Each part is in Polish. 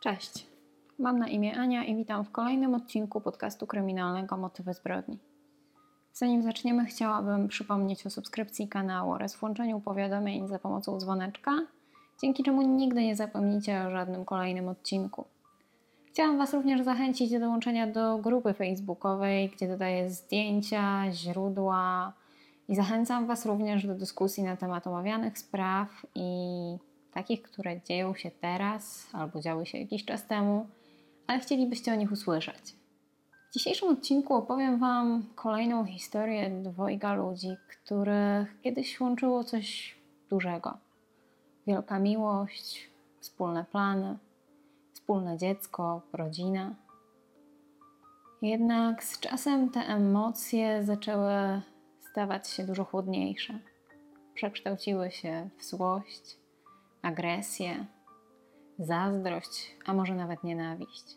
Cześć, mam na imię Ania i witam w kolejnym odcinku podcastu kryminalnego Motywy zbrodni. Zanim zaczniemy, chciałabym przypomnieć o subskrypcji kanału oraz włączeniu powiadomień za pomocą dzwoneczka, dzięki czemu nigdy nie zapomnicie o żadnym kolejnym odcinku. Chciałam Was również zachęcić do dołączenia do grupy facebookowej, gdzie dodaję zdjęcia, źródła i zachęcam Was również do dyskusji na temat omawianych spraw i takich, które dzieją się teraz albo działy się jakiś czas temu, ale chcielibyście o nich usłyszeć. W dzisiejszym odcinku opowiem Wam kolejną historię dwojga ludzi, których kiedyś łączyło coś dużego. Wielka miłość, wspólne plany, wspólne dziecko, rodzina. Jednak z czasem te emocje zaczęły stawać się dużo chłodniejsze. Przekształciły się w złość, agresję, zazdrość, a może nawet nienawiść.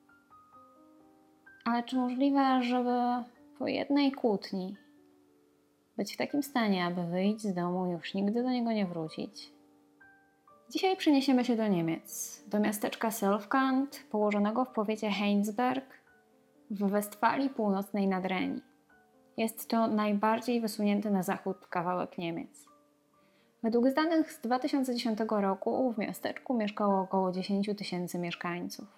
Ale czy możliwe, żeby po jednej kłótni być w takim stanie, aby wyjść z domu i już nigdy do niego nie wrócić? Dzisiaj przeniesiemy się do Niemiec, do miasteczka Selfkant, położonego w powiecie Heinsberg w Westfalii Północnej nad Reni. Jest to najbardziej wysunięty na zachód kawałek Niemiec. Według danych z 2010 roku w miasteczku mieszkało około 10 000 mieszkańców.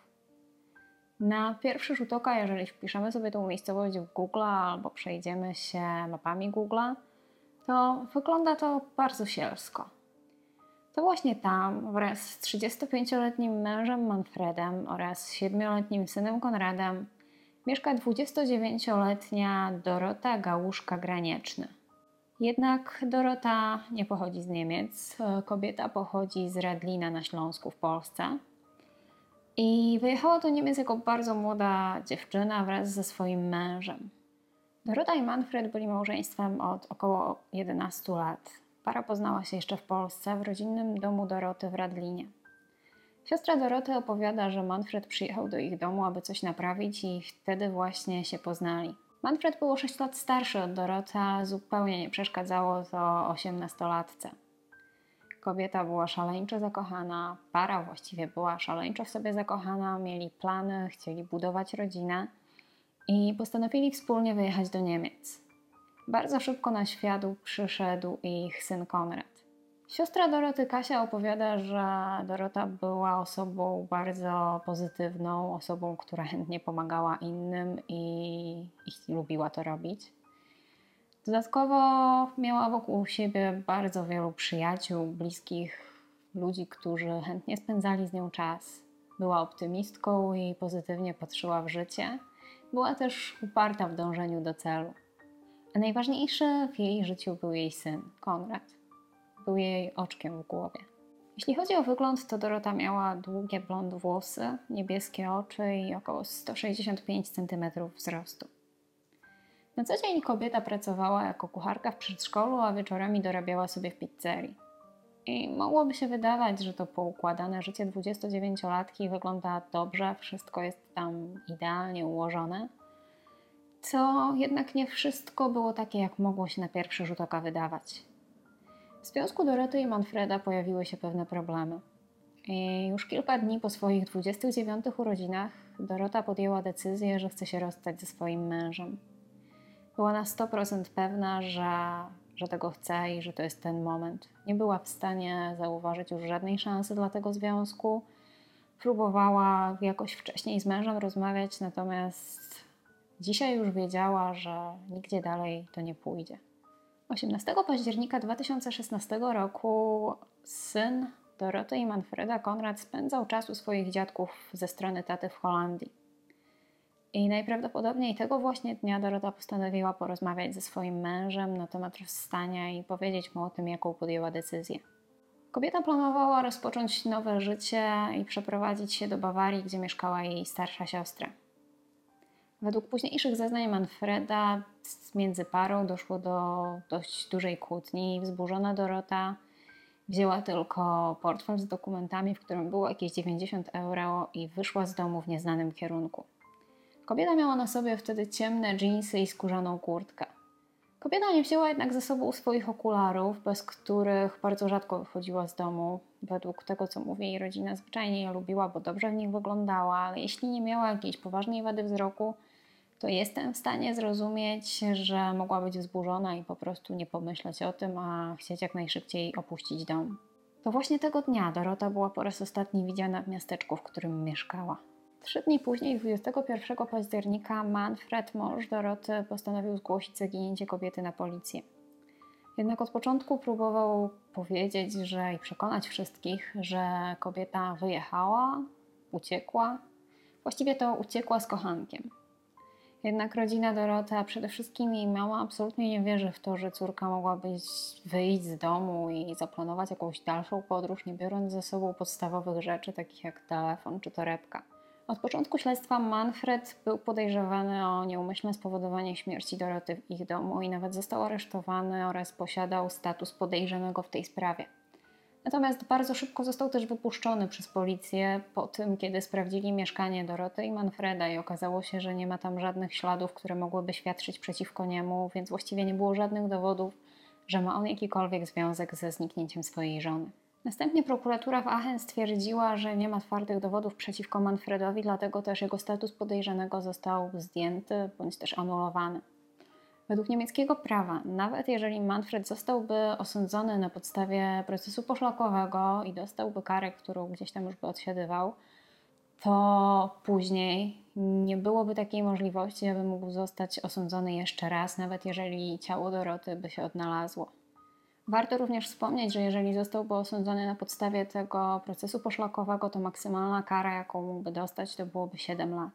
Na pierwszy rzut oka, jeżeli wpiszemy sobie tą miejscowość w Google albo przejdziemy się mapami Google, to wygląda to bardzo sielsko. To właśnie tam wraz z 35-letnim mężem Manfredem oraz 7-letnim synem Konradem mieszka 29-letnia Dorota Gałuszka-Granieczny. Jednak Dorota nie pochodzi z Niemiec. Kobieta pochodzi z Radlina na Śląsku w Polsce. I wyjechała do Niemiec jako bardzo młoda dziewczyna wraz ze swoim mężem. Dorota i Manfred byli małżeństwem od około 11 lat. Para poznała się jeszcze w Polsce, w rodzinnym domu Doroty w Radlinie. Siostra Doroty opowiada, że Manfred przyjechał do ich domu, aby coś naprawić i wtedy właśnie się poznali. Manfred był o 6 lat starszy od Doroty, a zupełnie nie przeszkadzało to 18-latce. Kobieta była szaleńczo zakochana, para właściwie była szaleńczo w sobie zakochana, mieli plany, chcieli budować rodzinę i postanowili wspólnie wyjechać do Niemiec. Bardzo szybko na świat przyszedł ich syn Konrad. Siostra Doroty, Kasia, opowiada, że Dorota była osobą bardzo pozytywną, osobą, która chętnie pomagała innym i lubiła to robić. Dodatkowo miała wokół siebie bardzo wielu przyjaciół, bliskich ludzi, którzy chętnie spędzali z nią czas. Była optymistką i pozytywnie patrzyła w życie. Była też uparta w dążeniu do celu. A najważniejszy w jej życiu był jej syn, Konrad. Był jej oczkiem w głowie. Jeśli chodzi o wygląd, to Dorota miała długie blond włosy, niebieskie oczy i około 165 cm wzrostu. Na co dzień kobieta pracowała jako kucharka w przedszkolu, a wieczorami dorabiała sobie w pizzerii. I mogłoby się wydawać, że to poukładane życie 29-latki wygląda dobrze, wszystko jest tam idealnie ułożone. Co jednak nie wszystko było takie, jak mogło się na pierwszy rzut oka wydawać. W związku Doroty i Manfreda pojawiły się pewne problemy. I już kilka dni po swoich 29 urodzinach Dorota podjęła decyzję, że chce się rozstać ze swoim mężem. Była na 100% pewna, że tego chce i że to jest ten moment. Nie była w stanie zauważyć już żadnej szansy dla tego związku. Próbowała jakoś wcześniej z mężem rozmawiać, natomiast dzisiaj już wiedziała, że nigdzie dalej to nie pójdzie. 18 października 2016 roku syn Doroty i Manfreda, Konrad, spędzał czas u swoich dziadków ze strony taty w Holandii. I najprawdopodobniej tego właśnie dnia Dorota postanowiła porozmawiać ze swoim mężem na temat rozstania i powiedzieć mu o tym, jaką podjęła decyzję. Kobieta planowała rozpocząć nowe życie i przeprowadzić się do Bawarii, gdzie mieszkała jej starsza siostra. Według późniejszych zeznań Manfreda między parą doszło do dość dużej kłótni i wzburzona Dorota wzięła tylko portfel z dokumentami, w którym było jakieś 90 euro i wyszła z domu w nieznanym kierunku. Kobieta miała na sobie wtedy ciemne dżinsy i skórzaną kurtkę. Kobieta nie wzięła jednak ze sobą swoich okularów, bez których bardzo rzadko wychodziła z domu. Według tego, co mówi jej rodzina, zwyczajnie je lubiła, bo dobrze w nich wyglądała, ale jeśli nie miała jakiejś poważnej wady wzroku, to jestem w stanie zrozumieć, że mogła być wzburzona i po prostu nie pomyśleć o tym, a chcieć jak najszybciej opuścić dom. To właśnie tego dnia Dorota była po raz ostatni widziana w miasteczku, w którym mieszkała. 3 dni później, 21 października, Manfred, mąż Doroty, postanowił zgłosić zaginięcie kobiety na policję. Jednak od początku próbował powiedzieć, że i przekonać wszystkich, że kobieta wyjechała, uciekła. Właściwie to uciekła z kochankiem. Jednak rodzina Doroty, a przede wszystkim jej mama, absolutnie nie wierzy w to, że córka mogłaby wyjść z domu i zaplanować jakąś dalszą podróż, nie biorąc ze sobą podstawowych rzeczy, takich jak telefon czy torebka. Od początku śledztwa Manfred był podejrzewany o nieumyślne spowodowanie śmierci Doroty w ich domu i nawet został aresztowany oraz posiadał status podejrzanego w tej sprawie. Natomiast bardzo szybko został też wypuszczony przez policję po tym, kiedy sprawdzili mieszkanie Doroty i Manfreda i okazało się, że nie ma tam żadnych śladów, które mogłyby świadczyć przeciwko niemu, więc właściwie nie było żadnych dowodów, że ma on jakikolwiek związek ze zniknięciem swojej żony. Następnie prokuratura w Aachen stwierdziła, że nie ma twardych dowodów przeciwko Manfredowi, dlatego też jego status podejrzanego został zdjęty bądź też anulowany. Według niemieckiego prawa, nawet jeżeli Manfred zostałby osądzony na podstawie procesu poszlakowego i dostałby karę, którą gdzieś tam już by odsiadywał, to później nie byłoby takiej możliwości, aby mógł zostać osądzony jeszcze raz, nawet jeżeli ciało Doroty by się odnalazło. Warto również wspomnieć, że jeżeli zostałby osądzony na podstawie tego procesu poszlakowego, to maksymalna kara, jaką mógłby dostać, to byłoby 7 lat.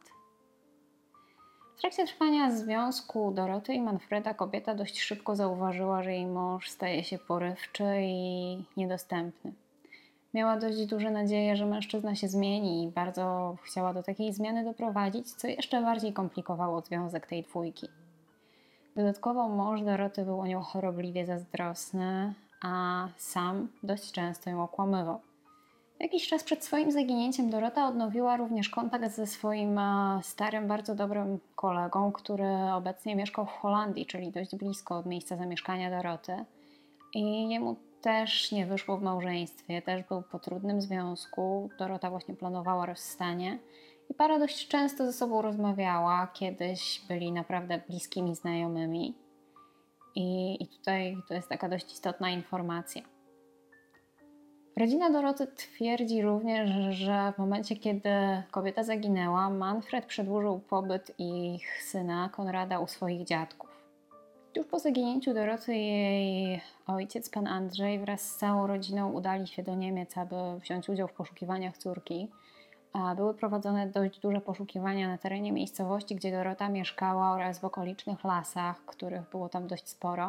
W trakcie trwania związku Doroty i Manfreda kobieta dość szybko zauważyła, że jej mąż staje się porywczy i niedostępny. Miała dość duże nadzieje, że mężczyzna się zmieni i bardzo chciała do takiej zmiany doprowadzić, co jeszcze bardziej komplikowało związek tej dwójki. Dodatkowo mąż Doroty był o nią chorobliwie zazdrosny, a sam dość często ją okłamywał. Jakiś czas przed swoim zaginięciem Dorota odnowiła również kontakt ze swoim starym, bardzo dobrym kolegą, który obecnie mieszkał w Holandii, czyli dość blisko od miejsca zamieszkania Doroty. I jemu też nie wyszło w małżeństwie, też był po trudnym związku. Dorota właśnie planowała rozstanie i para dość często ze sobą rozmawiała. Kiedyś byli naprawdę bliskimi znajomymi. I tutaj to jest taka dość istotna informacja. Rodzina Doroty twierdzi również, że w momencie, kiedy kobieta zaginęła, Manfred przedłużył pobyt ich syna Konrada u swoich dziadków. Już po zaginięciu Doroty jej ojciec, pan Andrzej, wraz z całą rodziną udali się do Niemiec, aby wziąć udział w poszukiwaniach córki. Były prowadzone dość duże poszukiwania na terenie miejscowości, gdzie Dorota mieszkała oraz w okolicznych lasach, których było tam dość sporo.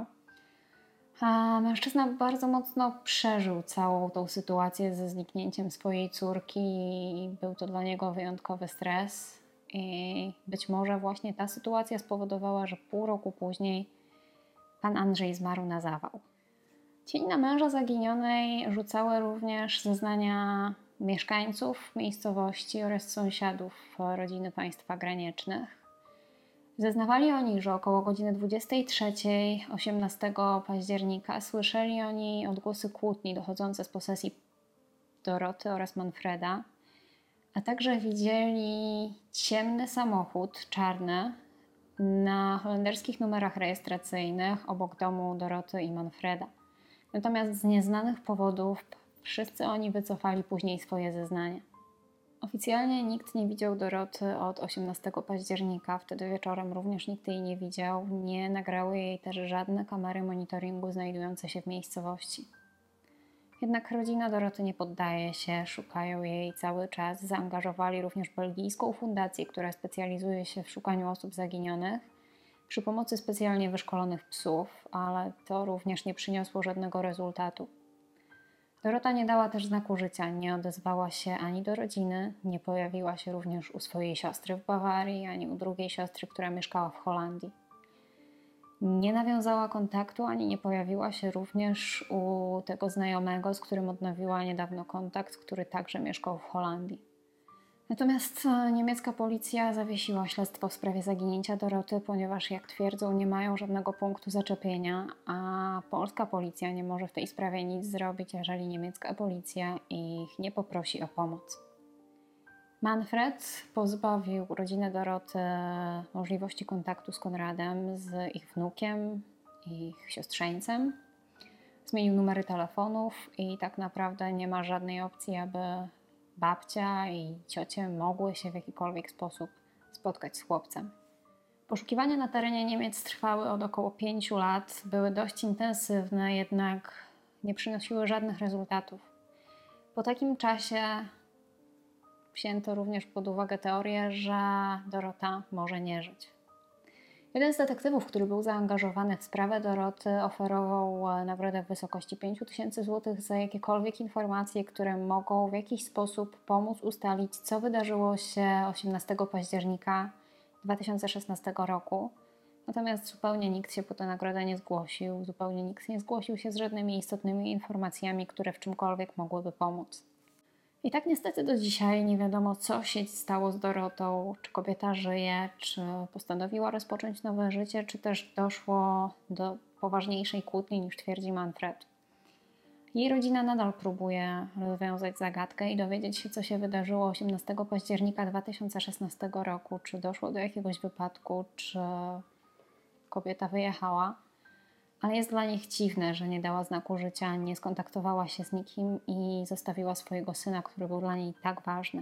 A mężczyzna bardzo mocno przeżył całą tą sytuację ze zniknięciem swojej córki i był to dla niego wyjątkowy stres. I być może właśnie ta sytuacja spowodowała, że pół roku później pan Andrzej zmarł na zawał. Cień na męża zaginionej rzucały również zeznania mieszkańców miejscowości oraz sąsiadów rodziny państwa granicznych. Zeznawali oni, że około godziny 23, 18 października słyszeli oni odgłosy kłótni dochodzące z posesji Doroty oraz Manfreda, a także widzieli ciemny samochód, czarny, na holenderskich numerach rejestracyjnych obok domu Doroty i Manfreda. Natomiast z nieznanych powodów wszyscy oni wycofali później swoje zeznania. Oficjalnie nikt nie widział Doroty od 18 października, wtedy wieczorem również nikt jej nie widział, nie nagrały jej też żadne kamery monitoringu znajdujące się w miejscowości. Jednak rodzina Doroty nie poddaje się, szukają jej cały czas, zaangażowali również belgijską fundację, która specjalizuje się w szukaniu osób zaginionych przy pomocy specjalnie wyszkolonych psów, ale to również nie przyniosło żadnego rezultatu. Dorota nie dała też znaku życia, nie odezwała się ani do rodziny, nie pojawiła się również u swojej siostry w Bawarii, ani u drugiej siostry, która mieszkała w Holandii. Nie nawiązała kontaktu, ani nie pojawiła się również u tego znajomego, z którym odnowiła niedawno kontakt, który także mieszkał w Holandii. Natomiast niemiecka policja zawiesiła śledztwo w sprawie zaginięcia Doroty, ponieważ, jak twierdzą, nie mają żadnego punktu zaczepienia, a polska policja nie może w tej sprawie nic zrobić, jeżeli niemiecka policja ich nie poprosi o pomoc. Manfred pozbawił rodzinę Doroty możliwości kontaktu z Konradem, z ich wnukiem, ich siostrzeńcem. Zmienił numery telefonów i tak naprawdę nie ma żadnej opcji, aby babcia i ciocie mogły się w jakikolwiek sposób spotkać z chłopcem. Poszukiwania na terenie Niemiec trwały od około 5 lat, były dość intensywne, jednak nie przynosiły żadnych rezultatów. Po takim czasie wzięto również pod uwagę teorię, że Dorota może nie żyć. Jeden z detektywów, który był zaangażowany w sprawę Doroty, oferował nagrodę w wysokości 5000 zł za jakiekolwiek informacje, które mogą w jakiś sposób pomóc ustalić, co wydarzyło się 18 października 2016 roku. Natomiast zupełnie nikt się po tę nagrodę nie zgłosił, zupełnie nikt nie zgłosił się z żadnymi istotnymi informacjami, które w czymkolwiek mogłyby pomóc. I tak niestety do dzisiaj nie wiadomo, co się stało z Dorotą, czy kobieta żyje, czy postanowiła rozpocząć nowe życie, czy też doszło do poważniejszej kłótni niż twierdzi Manfred. Jej rodzina nadal próbuje rozwiązać zagadkę i dowiedzieć się, co się wydarzyło 18 października 2016 roku, czy doszło do jakiegoś wypadku, czy kobieta wyjechała. Ale jest dla nich dziwne, że nie dała znaku życia, nie skontaktowała się z nikim i zostawiła swojego syna, który był dla niej tak ważny.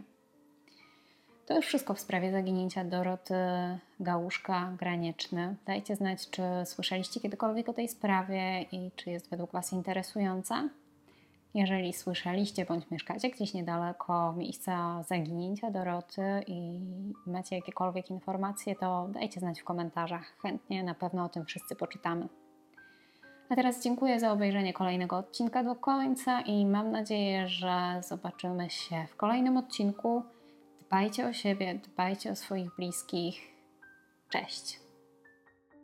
To już wszystko w sprawie zaginięcia Doroty Gałuszka-Granieczny. Dajcie znać, czy słyszeliście kiedykolwiek o tej sprawie i czy jest według Was interesująca. Jeżeli słyszeliście bądź mieszkacie gdzieś niedaleko miejsca zaginięcia Doroty i macie jakiekolwiek informacje, to dajcie znać w komentarzach. Chętnie na pewno o tym wszyscy poczytamy. A teraz dziękuję za obejrzenie kolejnego odcinka do końca i mam nadzieję, że zobaczymy się w kolejnym odcinku. Dbajcie o siebie, dbajcie o swoich bliskich. Cześć!